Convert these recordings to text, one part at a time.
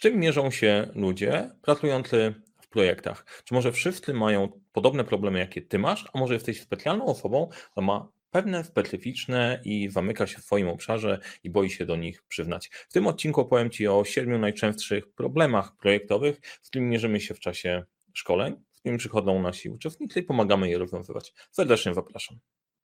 czym mierzą się ludzie pracujący w projektach? Czy może wszyscy mają podobne problemy, jakie ty masz, a może jesteś specjalną osobą, która ma pewne specyficzne i zamyka się w swoim obszarze i boi się do nich przyznać? W tym odcinku opowiem ci o 7 najczęstszych problemach projektowych, z którymi mierzymy się w czasie szkoleń, z którymi przychodzą nasi uczestnicy i pomagamy je rozwiązywać. Serdecznie zapraszam.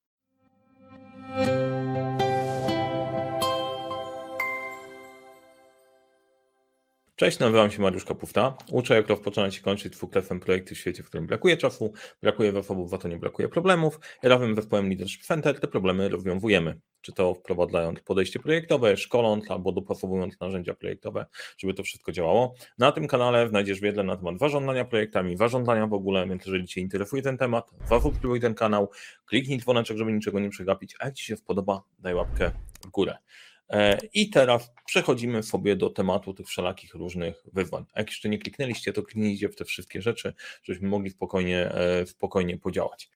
Cześć, nazywam się Mariusz Kapufta. Uczę, jak rozpoczynać i kończyć dwukrefem projekty w świecie, w którym brakuje czasu, brakuje zasobów, za to nie brakuje problemów. I razem z zespołem Leadership Center te problemy rozwiązujemy. Czy to wprowadzając podejście projektowe, szkoląc albo dopasowując narzędzia projektowe, żeby to wszystko działało. Na tym kanale znajdziesz wiedzę na temat zarządzania projektami, zarządzania w ogóle, więc jeżeli Cię interesuje ten temat, zasubskrybuj ten kanał, kliknij dzwoneczek, żeby niczego nie przegapić, a jak Ci się spodoba, daj łapkę w górę. I teraz przechodzimy sobie do tematu tych wszelakich różnych wyzwań. A jak jeszcze nie kliknęliście, to kliknijcie w te wszystkie rzeczy, żebyśmy mogli spokojnie podziałać.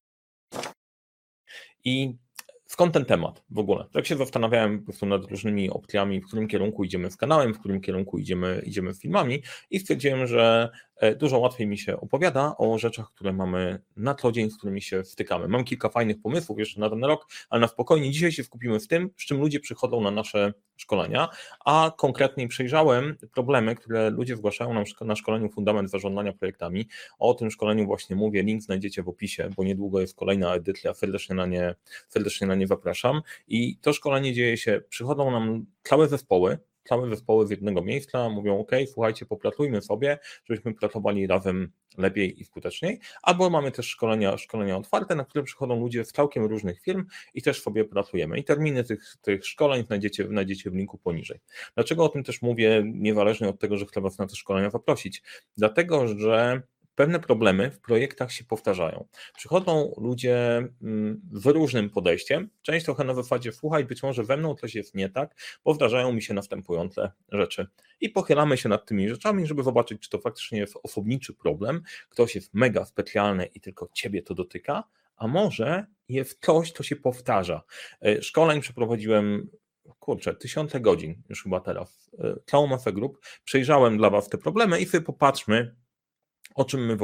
I skąd ten temat w ogóle? Tak się zastanawiałem po prostu nad różnymi opcjami, w którym kierunku idziemy z kanałem, w którym kierunku idziemy z filmami i stwierdziłem, że dużo łatwiej mi się opowiada o rzeczach, które mamy na co dzień, z którymi się stykamy. Mam kilka fajnych pomysłów jeszcze na ten rok, ale na spokojnie dzisiaj się skupimy w tym, z czym ludzie przychodzą na nasze szkolenia, a konkretniej przejrzałem problemy, które ludzie zgłaszają na szkoleniu Fundament Zarządzania Projektami. O tym szkoleniu właśnie mówię, link znajdziecie w opisie, bo niedługo jest kolejna edycja, serdecznie na nie zapraszam. I to szkolenie dzieje się, przychodzą nam całe zespoły z jednego miejsca, mówią ok, słuchajcie, popracujmy sobie, żebyśmy pracowali razem lepiej i skuteczniej, albo mamy też szkolenia otwarte, na które przychodzą ludzie z całkiem różnych firm i też sobie pracujemy. I terminy tych szkoleń znajdziecie w linku poniżej. Dlaczego o tym też mówię, niezależnie od tego, że chcę Was na te szkolenia zaprosić? Dlatego, że pewne problemy w projektach się powtarzają. Przychodzą ludzie z różnym podejściem, część trochę na zasadzie słuchaj, być może we mną coś jest nie tak, bo zdarzają mi się następujące rzeczy. I pochylamy się nad tymi rzeczami, żeby zobaczyć, czy to faktycznie jest osobniczy problem, ktoś jest mega specjalny i tylko ciebie to dotyka, a może jest coś, co się powtarza. Szkoleń przeprowadziłem tysiące godzin już chyba teraz, całą masę grup, przejrzałem dla Was te problemy i sobie popatrzmy, o czym my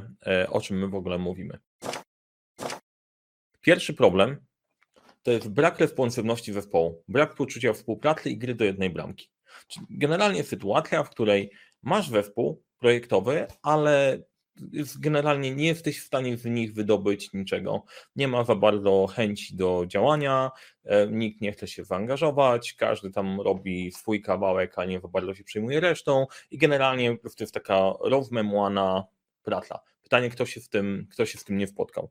w ogóle mówimy. Pierwszy problem to jest brak responsywności zespołu, brak poczucia współpracy i gry do jednej bramki. Czyli generalnie sytuacja, w której masz zespół projektowy, ale generalnie nie jesteś w stanie z nich wydobyć niczego. Nie ma za bardzo chęci do działania, nikt nie chce się zaangażować, każdy tam robi swój kawałek, a nie za bardzo się przejmuje resztą i generalnie po prostu jest taka rozmemłana praca. Pytanie, kto się z tym nie spotkał.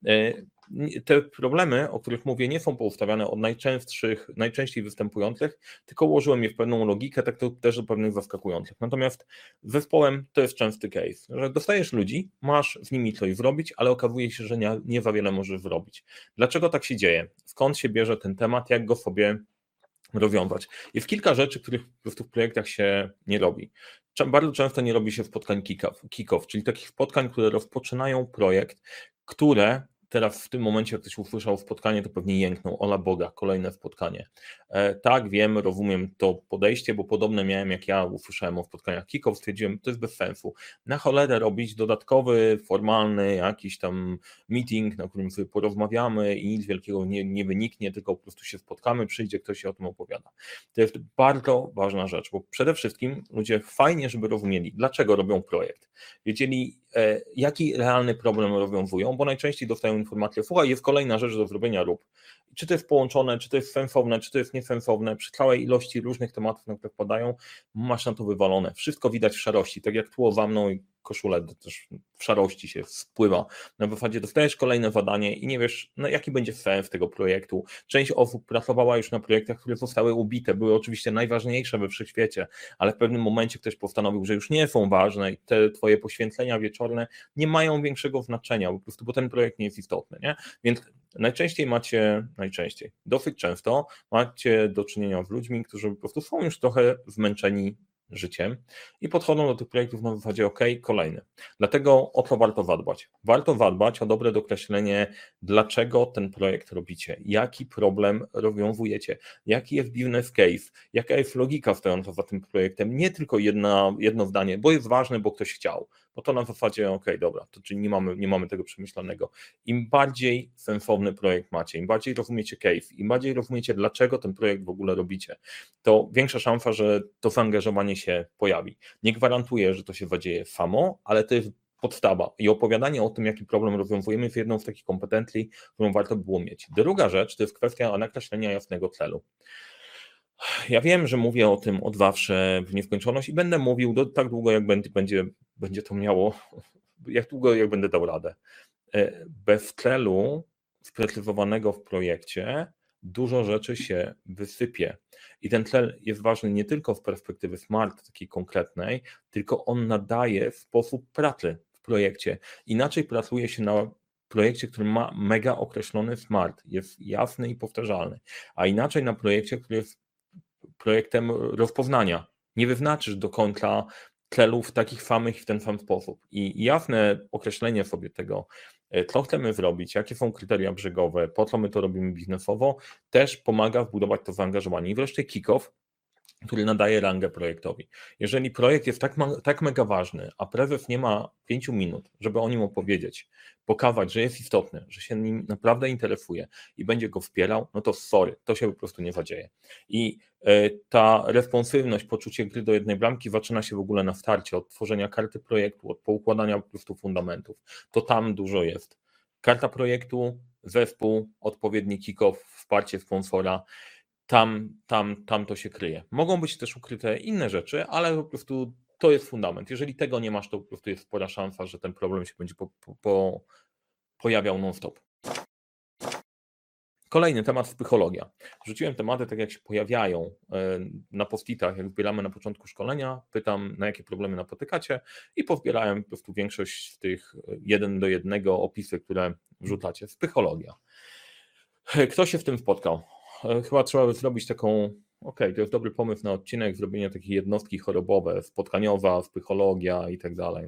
Te problemy, o których mówię, nie są poustawiane od najczęściej występujących, tylko ułożyłem je w pewną logikę, tak to też do pewnych zaskakujących. Natomiast z zespołem to jest częsty case, że dostajesz ludzi, masz z nimi coś zrobić, ale okazuje się, że nie za wiele możesz zrobić. Dlaczego tak się dzieje? Skąd się bierze ten temat? Jak go sobie rozwiązać? Jest kilka rzeczy, których po prostu w projektach się nie robi. Bardzo często nie robi się spotkań kick-off, czyli takich spotkań, które rozpoczynają projekt, które teraz w tym momencie, jak ktoś usłyszał spotkanie, to pewnie jęknął, ola Boga, kolejne spotkanie. Tak, wiem, rozumiem to podejście, bo podobne miałem, jak ja usłyszałem o spotkaniach kick-off, stwierdziłem, to jest bez sensu. Na cholerę robić dodatkowy, formalny jakiś tam meeting, na którym sobie porozmawiamy i nic wielkiego nie wyniknie, tylko po prostu się spotkamy, przyjdzie ktoś się o tym opowiada. To jest bardzo ważna rzecz, bo przede wszystkim ludzie fajnie, żeby rozumieli, dlaczego robią projekt. Wiedzieli, jaki realny problem rozwiązują, bo najczęściej dostają informację, słuchaj, jest kolejna rzecz do zrobienia, rób. Czy to jest połączone, czy to jest sensowne, czy to jest niesensowne, przy całej ilości różnych tematów, na które wpadają, masz na to wywalone. Wszystko widać w szarości, tak jak tło za mną i koszulę też w szarości się spływa. Na zasadzie dostajesz kolejne zadanie i nie wiesz, no, jaki będzie sens tego projektu. Część osób pracowała już na projektach, które zostały ubite, były oczywiście najważniejsze we wszechświecie, ale w pewnym momencie ktoś postanowił, że już nie są ważne i te twoje poświęcenia wieczorne nie mają większego znaczenia, po prostu, bo ten projekt nie jest istotny, nie? Więc dosyć często macie do czynienia z ludźmi, którzy po prostu są już trochę zmęczeni życiem i podchodzą do tych projektów na zasadzie OK, kolejny. Dlatego o to warto zadbać. Warto zadbać o dobre dokreślenie, dlaczego ten projekt robicie, jaki problem rozwiązujecie, jaki jest business case, jaka jest logika stojąca za tym projektem, nie tylko jedno zdanie, bo jest ważne, bo ktoś chciał, bo to na zasadzie OK, dobra, to czyli nie mamy tego przemyślanego. Im bardziej sensowny projekt macie, im bardziej rozumiecie case, im bardziej rozumiecie, dlaczego ten projekt w ogóle robicie, to większa szansa, że to zaangażowanie się pojawi. Nie gwarantuję, że to się zadzieje samo, ale to jest podstawa i opowiadanie o tym, jaki problem rozwiązujemy, jest jedną z takich kompetencji, którą warto by było mieć. Druga rzecz to jest kwestia nakreślenia jasnego celu. Ja wiem, że mówię o tym od zawsze w nieskończoność i będę mówił tak długo, jak będzie to miało, jak długo, jak będę dał radę. Bez celu sprecyzowanego w projekcie dużo rzeczy się wysypie. I ten cel jest ważny nie tylko z perspektywy SMART, takiej konkretnej, tylko on nadaje sposób pracy w projekcie. Inaczej pracuje się na projekcie, który ma mega określony SMART, jest jasny i powtarzalny, a inaczej na projekcie, który jest projektem rozpoznania. Nie wyznaczysz do końca celów takich samych w ten sam sposób. I jasne określenie sobie tego, co chcemy zrobić, jakie są kryteria brzegowe, po co my to robimy biznesowo, też pomaga wbudować to zaangażowanie. I wreszcie kick-off, który nadaje rangę projektowi. Jeżeli projekt jest tak mega ważny, a prezes nie ma 5 minut, żeby o nim opowiedzieć, pokazać, że jest istotny, że się nim naprawdę interesuje i będzie go wspierał, no to sorry, to się po prostu nie zadzieje. I ta responsywność, poczucie gry do jednej bramki zaczyna się w ogóle na starcie, od tworzenia karty projektu, od poukładania po prostu fundamentów. To tam dużo jest. Karta projektu, zespół, odpowiedni kick-off, wsparcie sponsora, tam to się kryje. Mogą być też ukryte inne rzeczy, ale po prostu to jest fundament. Jeżeli tego nie masz, to po prostu jest spora szansa, że ten problem się będzie pojawiał non-stop. Kolejny temat, psychologia. Rzuciłem tematy tak jak się pojawiają na post-itach, jak zbieramy na początku szkolenia, pytam, na jakie problemy napotykacie i pozbierałem po prostu większość z tych 1:1 opisy, które wrzucacie. Psychologia. Kto się w tym spotkał? Chyba trzeba by zrobić taką, to jest dobry pomysł na odcinek, zrobienie takiej jednostki chorobowe, spotkaniowa, psychologia i tak dalej.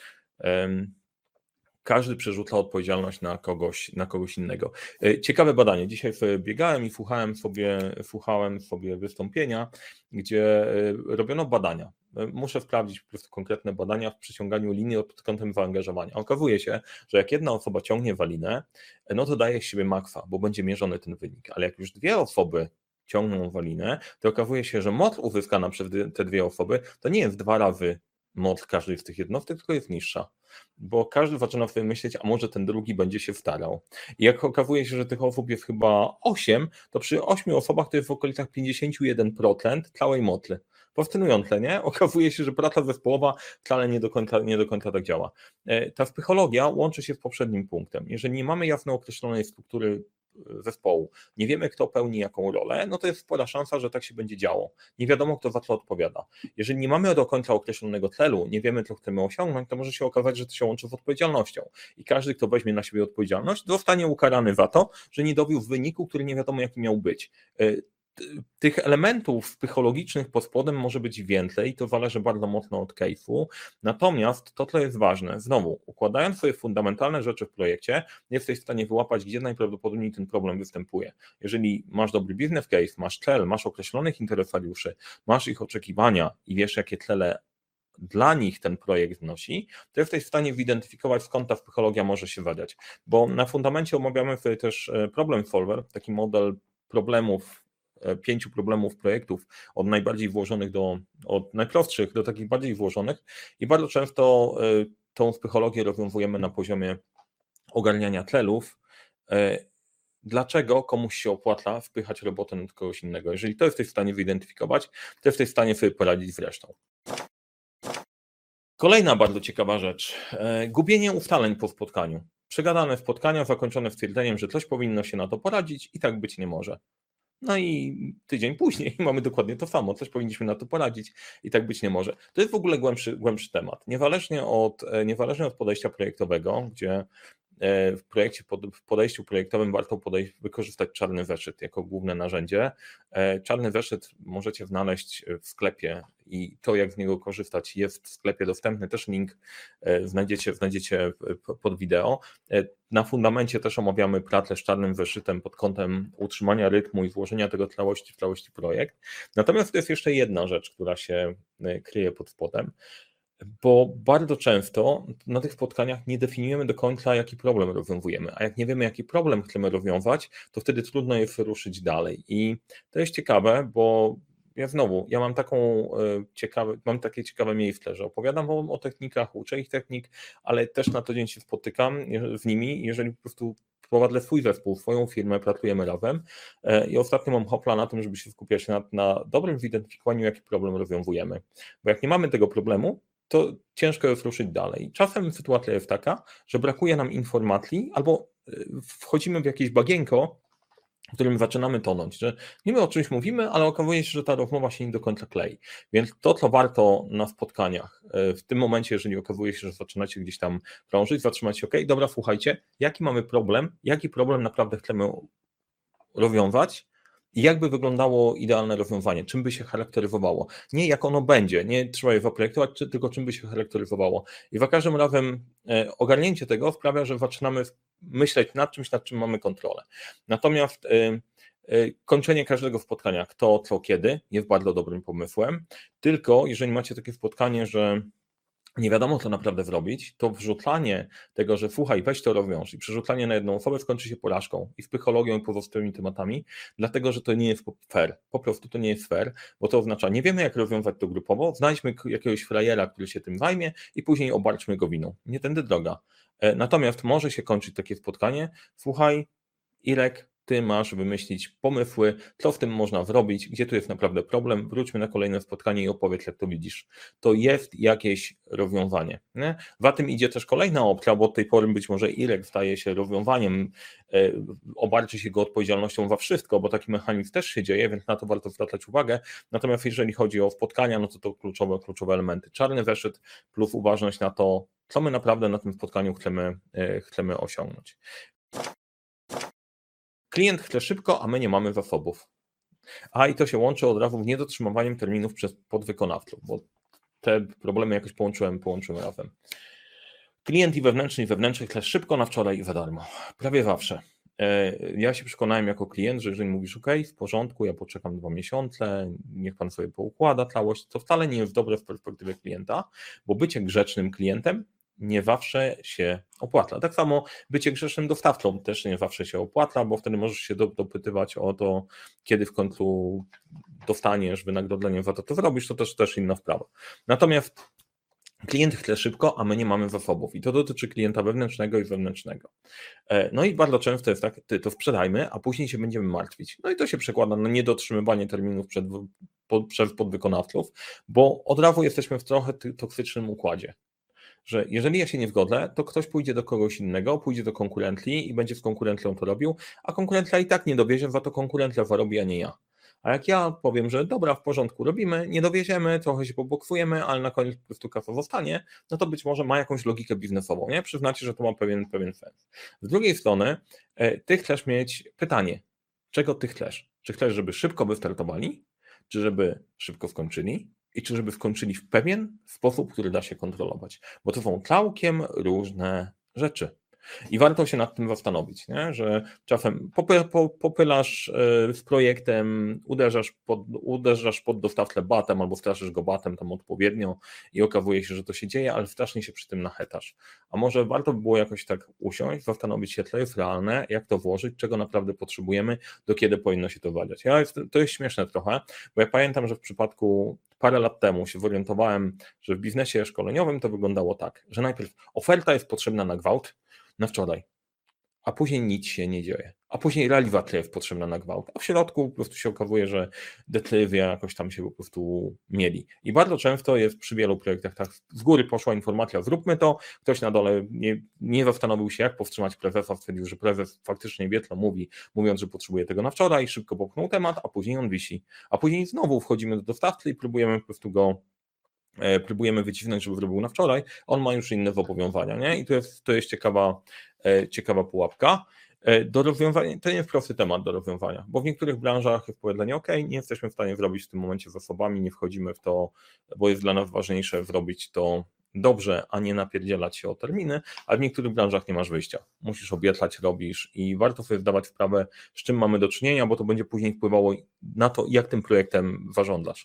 Każdy przerzuca odpowiedzialność na kogoś innego. Ciekawe badanie. Dzisiaj biegałem i słuchałem sobie wystąpienia, gdzie robiono badania. Muszę sprawdzić po prostu konkretne badania w przyciąganiu linii pod kątem zaangażowania. Okazuje się, że jak jedna osoba ciągnie walinę, no to daje z siebie maksa, bo będzie mierzony ten wynik. Ale jak już dwie osoby ciągną walinę, to okazuje się, że moc uzyskana przez te dwie osoby to nie jest 2 razy moc każdej z tych jednostek, tylko jest niższa. Bo każdy zaczyna sobie myśleć, a może ten drugi będzie się starał. I jak okazuje się, że tych osób jest chyba 8, to przy 8 osobach to jest w okolicach 51% całej mocy. Fascynujące, nie? Okazuje się, że praca zespołowa wcale nie do końca tak działa. Ta psychologia łączy się z poprzednim punktem. Jeżeli nie mamy jasno określonej struktury zespołu, nie wiemy, kto pełni jaką rolę, no to jest spora szansa, że tak się będzie działo. Nie wiadomo, kto za co odpowiada. Jeżeli nie mamy do końca określonego celu, nie wiemy, co chcemy osiągnąć, to może się okazać, że to się łączy z odpowiedzialnością. I każdy, kto weźmie na siebie odpowiedzialność, zostanie ukarany za to, że nie dowiózł wyniku, który nie wiadomo, jaki miał być. Tych elementów psychologicznych pod spodem może być więcej i to zależy bardzo mocno od case'u, natomiast to, co jest ważne, znowu, układając sobie fundamentalne rzeczy w projekcie, jesteś w stanie wyłapać, gdzie najprawdopodobniej ten problem występuje. Jeżeli masz dobry business case, masz cel, masz określonych interesariuszy, masz ich oczekiwania i wiesz, jakie cele dla nich ten projekt wnosi, to jesteś w stanie zidentyfikować, skąd ta psychologia może się wadać, bo na fundamencie omawiamy sobie też problem solver, taki model problemów, 5 problemów projektów, od najbardziej włożonych od najprostszych do takich bardziej włożonych i bardzo często tą psychologię rozwiązujemy na poziomie ogarniania celów. Dlaczego komuś się opłaca wpychać robotę na kogoś innego? Jeżeli to jesteś w stanie zidentyfikować, to jesteś w stanie sobie poradzić z resztą. Kolejna bardzo ciekawa rzecz. Gubienie ustaleń po spotkaniu. Przegadane spotkania zakończone stwierdzeniem, że coś powinno się na to poradzić i tak być nie może. No i tydzień później mamy dokładnie to samo, coś powinniśmy na to poradzić i tak być nie może. To jest w ogóle głębszy temat. Niezależnie od podejścia projektowego, gdzie w projekcie, w podejściu projektowym warto wykorzystać czarny zeszyt jako główne narzędzie. Czarny zeszyt możecie znaleźć w sklepie i to, jak z niego korzystać, jest w sklepie dostępny, też link znajdziecie pod wideo. Na fundamencie też omawiamy pracę z czarnym zeszytem pod kątem utrzymania rytmu i włożenia tego w całości projekt. Natomiast to jest jeszcze jedna rzecz, która się kryje pod spodem, bo bardzo często na tych spotkaniach nie definiujemy do końca, jaki problem rozwiązujemy, a jak nie wiemy, jaki problem chcemy rozwiązać, to wtedy trudno jest ruszyć dalej. I to jest ciekawe, bo ja mam takie ciekawe miejsce, że opowiadam wam o technikach, uczę ich technik, ale też na co dzień się spotykam z nimi, jeżeli po prostu prowadzę swój zespół, swoją firmę, pracujemy razem i ostatnio mam hopla na tym, żeby się skupiać na dobrym zidentyfikowaniu, jaki problem rozwiązujemy. Bo jak nie mamy tego problemu, to ciężko jest ruszyć dalej. Czasem sytuacja jest taka, że brakuje nam informacji albo wchodzimy w jakieś bagienko, w którym zaczynamy tonąć, że niby o czymś mówimy, ale okazuje się, że ta rozmowa się nie do końca klei. Więc to, co warto na spotkaniach, w tym momencie, jeżeli okazuje się, że zaczynacie gdzieś tam krążyć, zatrzymać się, dobra, słuchajcie, jaki problem naprawdę chcemy rozwiązać, i jak by wyglądało idealne rozwiązanie, czym by się charakteryzowało. Nie jak ono będzie, nie trzeba je zaprojektować, tylko czym by się charakteryzowało. I za każdym razem ogarnięcie tego sprawia, że zaczynamy myśleć nad czym mamy kontrolę. Natomiast kończenie każdego spotkania, kto, co, kiedy jest bardzo dobrym pomysłem, tylko jeżeli macie takie spotkanie, że nie wiadomo, co naprawdę zrobić, to wrzucanie tego, że słuchaj, weź to rozwiąż i przerzucanie na jedną osobę skończy się porażką i z psychologią i pozostałymi tematami, dlatego, że to nie jest fair. Po prostu to nie jest fair, bo to oznacza, nie wiemy, jak rozwiązać to grupowo, znajdźmy jakiegoś frajera, który się tym zajmie i później obarczmy go winą. Nie tędy droga. Natomiast może się kończyć takie spotkanie, słuchaj, Irek, ty masz wymyślić pomysły, co w tym można zrobić, gdzie tu jest naprawdę problem, wróćmy na kolejne spotkanie i opowiedz, jak to widzisz. To jest jakieś rozwiązanie. Nie? Za tym idzie też kolejna opcja, bo od tej pory być może Irek staje się rozwiązaniem, obarczy się go odpowiedzialnością za wszystko, bo taki mechanizm też się dzieje, więc na to warto zwracać uwagę. Natomiast jeżeli chodzi o spotkania, no to kluczowe elementy. Czarny zeszyt plus uważność na to, co my naprawdę na tym spotkaniu chcemy osiągnąć. Klient chce szybko, a my nie mamy zasobów. I to się łączy od razu z niedotrzymywaniem terminów przez podwykonawców, bo te problemy jakoś połączyłem razem. Klient i wewnętrzny chce szybko, na wczoraj i za darmo. Prawie zawsze. Ja się przekonałem jako klient, że jeżeli mówisz OK, w porządku, ja poczekam 2 miesiące, niech pan sobie poukłada całość, to wcale nie jest dobre w perspektywie klienta, bo bycie grzecznym klientem nie zawsze się opłaca. Tak samo bycie grzecznym dostawcą też nie zawsze się opłaca, bo wtedy możesz się dopytywać o to, kiedy w końcu dostaniesz wynagrodzenie za to, co zrobisz, to też inna sprawa. Natomiast klient chce szybko, a my nie mamy zasobów i to dotyczy klienta wewnętrznego i wewnętrznego. No i bardzo często jest tak, to sprzedajmy, a później się będziemy martwić. No i to się przekłada na niedotrzymywanie terminów przez podwykonawców, bo od razu jesteśmy w trochę toksycznym układzie. Że jeżeli ja się nie zgodzę, to ktoś pójdzie do kogoś innego, pójdzie do konkurencji i będzie z konkurencją to robił, a konkurencja i tak nie dowiezie, za to konkurencja zarobi, a nie ja. A jak ja powiem, że dobra, w porządku, robimy, nie dowieziemy, trochę się poboksujemy, ale na koniec po prostu kasa zostanie, no to być może ma jakąś logikę biznesową, nie? Przyznacie, że to ma pewien sens. Z drugiej strony, ty chcesz mieć pytanie, czego ty chcesz? Czy chcesz, żeby szybko wystartowali, czy żeby szybko skończyli? I czy żeby skończyli w pewien sposób, który da się kontrolować, bo to są całkiem różne rzeczy. I warto się nad tym zastanowić, nie? Że czasem popylasz z projektem, uderzasz pod dostawcę batem albo straszysz go batem tam odpowiednio i okazuje się, że to się dzieje, ale strasznie się przy tym nachetasz. A może warto by było jakoś tak usiąść, zastanowić się, co jest realne, jak to włożyć, czego naprawdę potrzebujemy, do kiedy powinno się to waliać. To jest śmieszne trochę, bo ja pamiętam, że w przypadku parę lat temu się zorientowałem, że w biznesie szkoleniowym to wyglądało tak, że najpierw oferta jest potrzebna na gwałt, na wczoraj, a później nic się nie dzieje, a później realizacja jest potrzebna na gwałt, a w środku po prostu się okazuje, że decyzja jakoś tam się po prostu mieli. I bardzo często jest przy wielu projektach tak, z góry poszła informacja, zróbmy to, ktoś na dole nie zastanowił się, jak powstrzymać prezesa, stwierdził, że prezes faktycznie wie, co mówi, mówiąc, że potrzebuje tego na wczoraj, szybko popchnął temat, a później on wisi. A później znowu wchodzimy do dostawcy i próbujemy po prostu go próbujemy wycisnąć, żeby zrobił na wczoraj, on ma już inne zobowiązania, nie? I to jest ciekawa pułapka. Do rozwiązania, to nie jest prosty temat do rozwiązania, bo w niektórych branżach jest powiedzenie, ok, nie jesteśmy w stanie zrobić w tym momencie z osobami, nie wchodzimy w to, bo jest dla nas ważniejsze zrobić to dobrze, a nie napierdzielać się o terminy, a w niektórych branżach nie masz wyjścia. Musisz obiecać, robisz i warto sobie zdawać sprawę, z czym mamy do czynienia, bo to będzie później wpływało na to, jak tym projektem zarządzasz.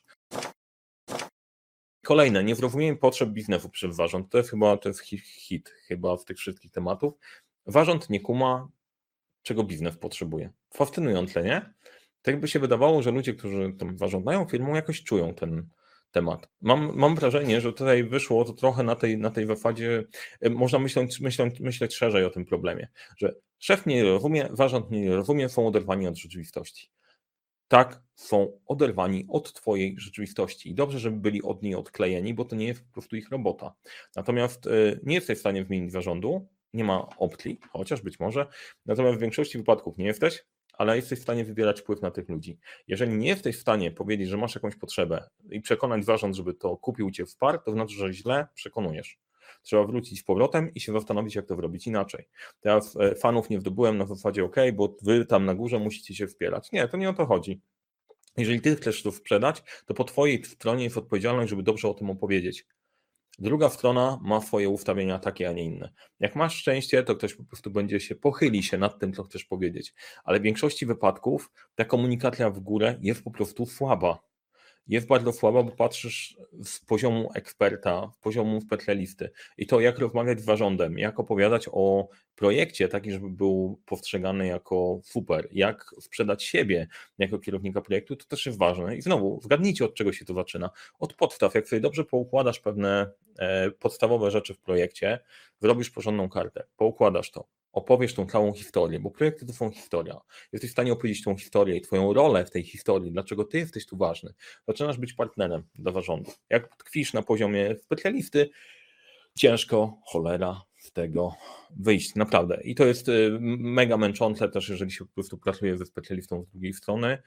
Kolejne, niezrozumienie potrzeb biznesu przez zarząd. To jest hit chyba z tych wszystkich tematów. Zarząd nie kuma, czego biznes potrzebuje. Fascynujące, nie? Tak jakby się wydawało, że ludzie, którzy tam zarządzają firmą, jakoś czują ten temat. Mam wrażenie, że tutaj wyszło to trochę na tej zasadzie, można myśleć szerzej o tym problemie, że szef nie rozumie, zarząd nie rozumie, są oderwani od rzeczywistości. Tak, są oderwani od twojej rzeczywistości i dobrze, żeby byli od niej odklejeni, bo to nie jest po prostu ich robota. Natomiast nie jesteś w stanie zmienić zarządu, nie ma opcji, chociaż być może, natomiast w większości wypadków nie jesteś, ale jesteś w stanie wybierać wpływ na tych ludzi. Jeżeli nie jesteś w stanie powiedzieć, że masz jakąś potrzebę i przekonać zarząd, żeby to kupił cię w par, to znaczy, że źle przekonujesz. Trzeba wrócić z powrotem i się zastanowić, jak to zrobić inaczej. Teraz fanów nie wdobyłem na zasadzie OK, bo wy tam na górze musicie się wspierać. Nie, to nie o to chodzi. Jeżeli ty chcesz to sprzedać, to po twojej stronie jest odpowiedzialność, żeby dobrze o tym opowiedzieć. Druga strona ma swoje ustawienia takie, a nie inne. Jak masz szczęście, to ktoś po prostu pochyli się nad tym, co chcesz powiedzieć. Ale w większości wypadków ta komunikacja w górę jest po prostu słaba. Jest bardzo słaba, bo patrzysz z poziomu eksperta, z poziomu specjalisty i to, jak rozmawiać z zarządem, jak opowiadać o projekcie, taki, żeby był postrzegany jako super, jak sprzedać siebie jako kierownika projektu, to też jest ważne. I znowu, zgadnijcie, od czego się to zaczyna. Od podstaw. Jak sobie dobrze poukładasz pewne podstawowe rzeczy w projekcie, zrobisz porządną kartę, poukładasz to, opowiesz tą całą historię, bo projekty to są historia. Jesteś w stanie opowiedzieć tą historię i twoją rolę w tej historii, dlaczego ty jesteś tu ważny. Zaczynasz być partnerem dla zarządu. Jak tkwisz na poziomie specjalisty, ciężko, cholera, z tego wyjść, naprawdę. I to jest mega męczące też, jeżeli się po prostu pracuje ze specjalistą z drugiej strony,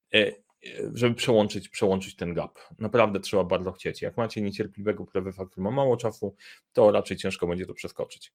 żeby przełączyć ten gap. Naprawdę trzeba bardzo chcieć. Jak macie niecierpliwego prezesa, który ma mało czasu, to raczej ciężko będzie to przeskoczyć.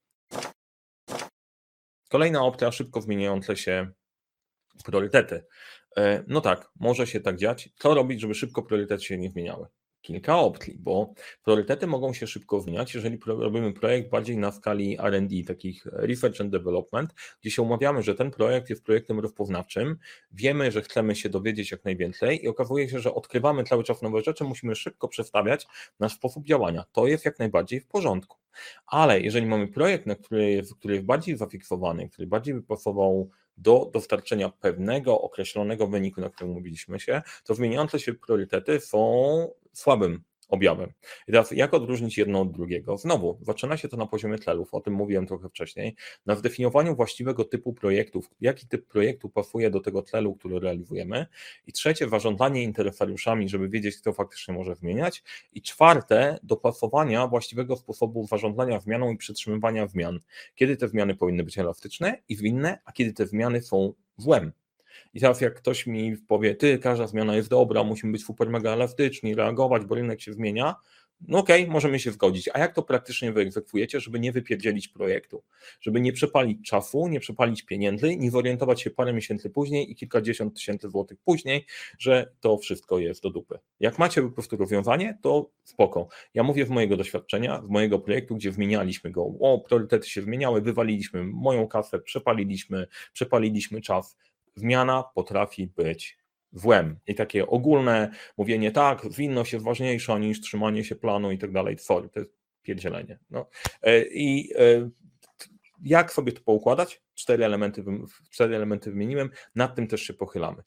Kolejna opcja, szybko zmieniające się priorytety. No tak, może się tak dziać. Co robić, żeby szybko priorytety się nie zmieniały? Kilka opcji, bo priorytety mogą się szybko zmieniać, jeżeli robimy projekt bardziej na skali R&D, takich Research and Development, gdzie się umawiamy, że ten projekt jest projektem rozpoznawczym, wiemy, że chcemy się dowiedzieć jak najwięcej i okazuje się, że odkrywamy cały czas nowe rzeczy, musimy szybko przestawiać nasz sposób działania. To jest jak najbardziej w porządku. Ale jeżeli mamy projekt, który jest bardziej zafiksowany, który bardziej by pasował do dostarczenia pewnego określonego wyniku, na którym mówiliśmy się, to zmieniające się priorytety są słabym objawem. I teraz jak odróżnić jedno od drugiego? Znowu, zaczyna się to na poziomie celów, o tym mówiłem trochę wcześniej, na zdefiniowaniu właściwego typu projektów, jaki typ projektu pasuje do tego celu, który realizujemy. I trzecie, zarządzanie interesariuszami, żeby wiedzieć, kto faktycznie może zmieniać. I czwarte, dopasowania właściwego sposobu zarządzania zmianą i przytrzymywania zmian. Kiedy te zmiany powinny być elastyczne i zwinne, a kiedy te zmiany są złem. I teraz jak ktoś mi powie, każda zmiana jest dobra, musimy być super mega elastyczni, reagować, bo rynek się zmienia, no okej, możemy się zgodzić. A jak to praktycznie wyegzekwujecie, żeby nie wypierdzielić projektu? Żeby nie przepalić czasu, nie przepalić pieniędzy, nie zorientować się parę miesięcy później i kilkadziesiąt tysięcy złotych później, że to wszystko jest do dupy. Jak macie po prostu rozwiązanie, to spoko. Ja mówię z mojego doświadczenia, z mojego projektu, gdzie zmienialiśmy go, priorytety się zmieniały, wywaliliśmy moją kasę, przepaliliśmy czas. Zmiana potrafi być złem. I takie ogólne mówienie, tak, zwinność jest ważniejsza niż trzymanie się planu i tak dalej, sorry, to jest pierdzielenie. No. I jak sobie to poukładać? Cztery elementy wymieniłem, nad tym też się pochylamy.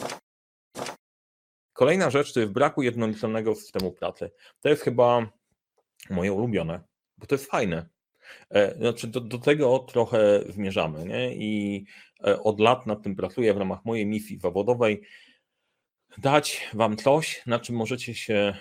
Kolejna rzecz to jest braku jednolitego systemu pracy. To jest chyba moje ulubione, bo to jest fajne. Znaczy do tego trochę zmierzamy, nie? I od lat nad tym pracuję w ramach mojej misji zawodowej, dać wam coś, na czym możecie się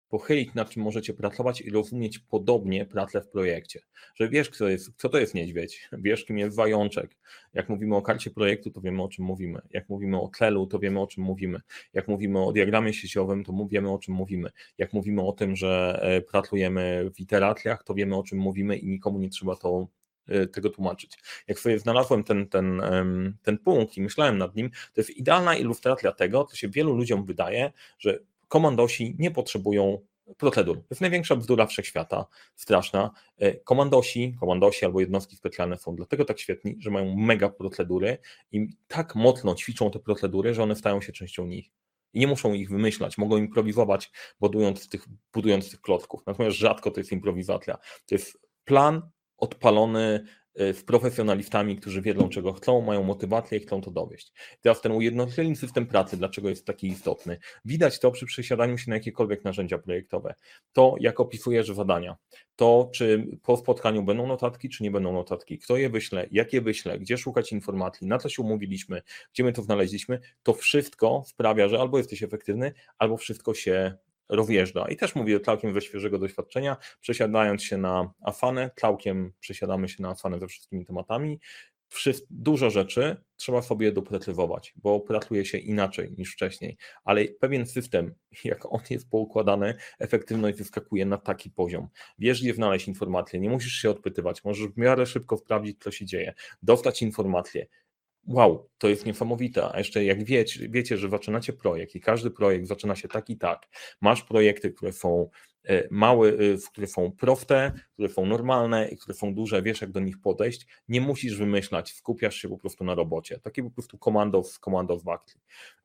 pochylić, nad czym możecie pracować i rozumieć podobnie pracę w projekcie. Że wiesz, co to jest niedźwiedź, wiesz, kim jest zajączek. Jak mówimy o karcie projektu, to wiemy, o czym mówimy. Jak mówimy o celu, to wiemy, o czym mówimy. Jak mówimy o diagramie sieciowym, to wiemy, o czym mówimy. Jak mówimy o tym, że pracujemy w iteracjach, to wiemy, o czym mówimy i nikomu nie trzeba tego tłumaczyć. Jak sobie znalazłem ten punkt i myślałem nad nim, to jest idealna ilustracja tego, co się wielu ludziom wydaje, że komandosi nie potrzebują procedur. To jest największa bzdura wszechświata, straszna. Komandosi albo jednostki specjalne są dlatego tak świetni, że mają mega procedury i tak mocno ćwiczą te procedury, że one stają się częścią nich. I nie muszą ich wymyślać, mogą improwizować, budując tych klocków. Natomiast rzadko to jest improwizacja. To jest plan odpalony z profesjonalistami, którzy wiedzą, czego chcą, mają motywację i chcą to dowieść. Teraz ten ujednolicony system pracy, dlaczego jest taki istotny? Widać to przy przesiadaniu się na jakiekolwiek narzędzia projektowe. To, jak opisujesz zadania, to, czy po spotkaniu będą notatki, czy nie będą notatki, kto je wyśle, jak je wyśle, gdzie szukać informacji, na co się umówiliśmy, gdzie my to znaleźliśmy, to wszystko sprawia, że albo jesteś efektywny, albo wszystko się rozjeżdża. I też mówię całkiem ze świeżego doświadczenia, przesiadając się na Asanę, całkiem przesiadamy się na Asanę ze wszystkimi tematami. Dużo rzeczy trzeba sobie doprecyzować, bo pracuje się inaczej niż wcześniej, ale pewien system, jak on jest poukładany, efektywność wyskakuje na taki poziom. Wiesz, gdzie znaleźć informacje, nie musisz się odpytywać, możesz w miarę szybko sprawdzić, co się dzieje, dostać informacje. Wow, to jest niesamowite. A jeszcze jak wiecie, że zaczynacie projekt i każdy projekt zaczyna się tak i tak. Masz projekty, które są małe, które są proste, które są normalne i które są duże, wiesz jak do nich podejść. Nie musisz wymyślać, skupiasz się po prostu na robocie. Takie po prostu komando w akcji.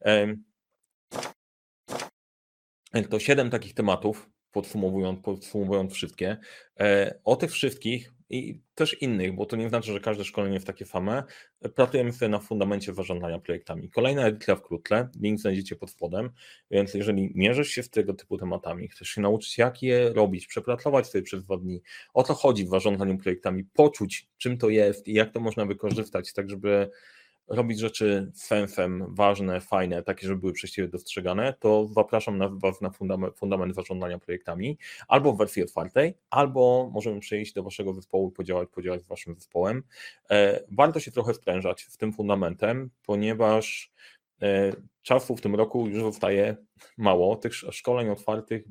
To 7 takich tematów, podsumowując wszystkie. O tych wszystkich i też innych, bo to nie znaczy, że każde szkolenie jest takie same, pracujemy sobie na fundamencie zarządzania projektami. Kolejna edycja wkrótce, link znajdziecie pod spodem, więc jeżeli mierzysz się z tego typu tematami, chcesz się nauczyć jak je robić, przepracować sobie przez 2 dni, o co chodzi w zarządzaniu projektami, poczuć czym to jest i jak to można wykorzystać, tak żeby robić rzeczy z sensem, ważne, fajne, takie, żeby były przez Ciebie dostrzegane, to zapraszam Was na fundament zarządzania projektami, albo w wersji otwartej, albo możemy przejść do Waszego zespołu i podziałać z Waszym zespołem. Warto się trochę sprężać z tym fundamentem, ponieważ czasu w tym roku już zostaje mało. Tych szkoleń otwartych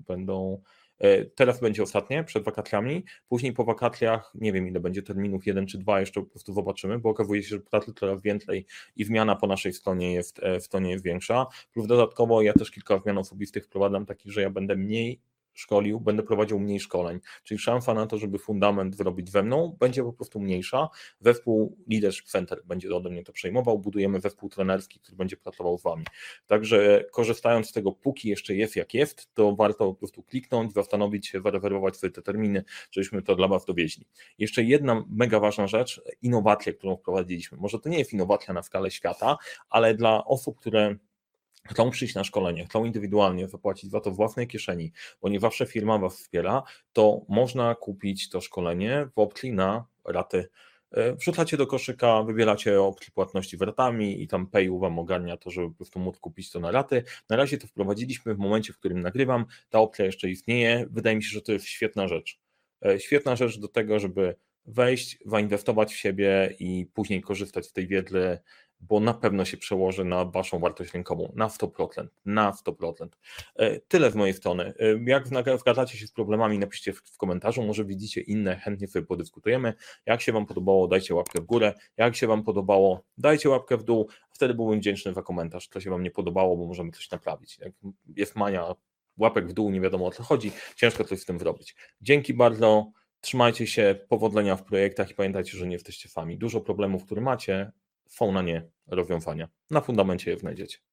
teraz będzie ostatnie, przed wakacjami, później po wakacjach, nie wiem ile będzie terminów, 1 czy 2, jeszcze po prostu zobaczymy, bo okazuje się, że pracy coraz więcej i zmiana po naszej stronie jest większa, plus dodatkowo ja też kilka zmian osobistych wprowadzam takich, że ja będę mniej szkolił, będę prowadził mniej szkoleń, czyli szansa na to, żeby fundament zrobić ze mną będzie po prostu mniejsza. Zespół Leadership Center będzie ode mnie to przejmował, budujemy zespół trenerski, który będzie pracował z Wami. Także korzystając z tego, póki jeszcze jest jak jest, to warto po prostu kliknąć, zastanowić się, zarezerwować sobie te terminy, żebyśmy to dla Was dowieźli. Jeszcze jedna mega ważna rzecz, innowacja, którą wprowadziliśmy. Może to nie jest innowacja na skalę świata, ale dla osób, które chcą przyjść na szkolenie, chcą indywidualnie zapłacić za to w własnej kieszeni, bo nie zawsze firma Was wspiera, to można kupić to szkolenie w opcji na raty. Wrzucacie do koszyka, wybieracie opcję płatności w ratami i tam Payu Wam ogarnia to, żeby po prostu móc kupić to na raty. Na razie to wprowadziliśmy w momencie, w którym nagrywam, ta opcja jeszcze istnieje. Wydaje mi się, że to jest świetna rzecz. Świetna rzecz do tego, żeby wejść, zainwestować w siebie i później korzystać z tej wiedzy, bo na pewno się przełoży na Waszą wartość rynkową, na 100%, na 100%. Tyle z mojej strony. Jak zgadzacie się z problemami, napiszcie w komentarzu, może widzicie inne, chętnie sobie podyskutujemy. Jak się Wam podobało, dajcie łapkę w górę, jak się Wam podobało, dajcie łapkę w dół, wtedy byłbym wdzięczny za komentarz, co się Wam nie podobało, bo możemy coś naprawić. Jak jest mania łapek w dół, nie wiadomo o co chodzi, ciężko coś z tym zrobić. Dzięki bardzo, trzymajcie się, powodzenia w projektach i pamiętajcie, że nie jesteście sami. Dużo problemów, które macie, są na nie rozwiązania. Na fundamencie je znajdziecie.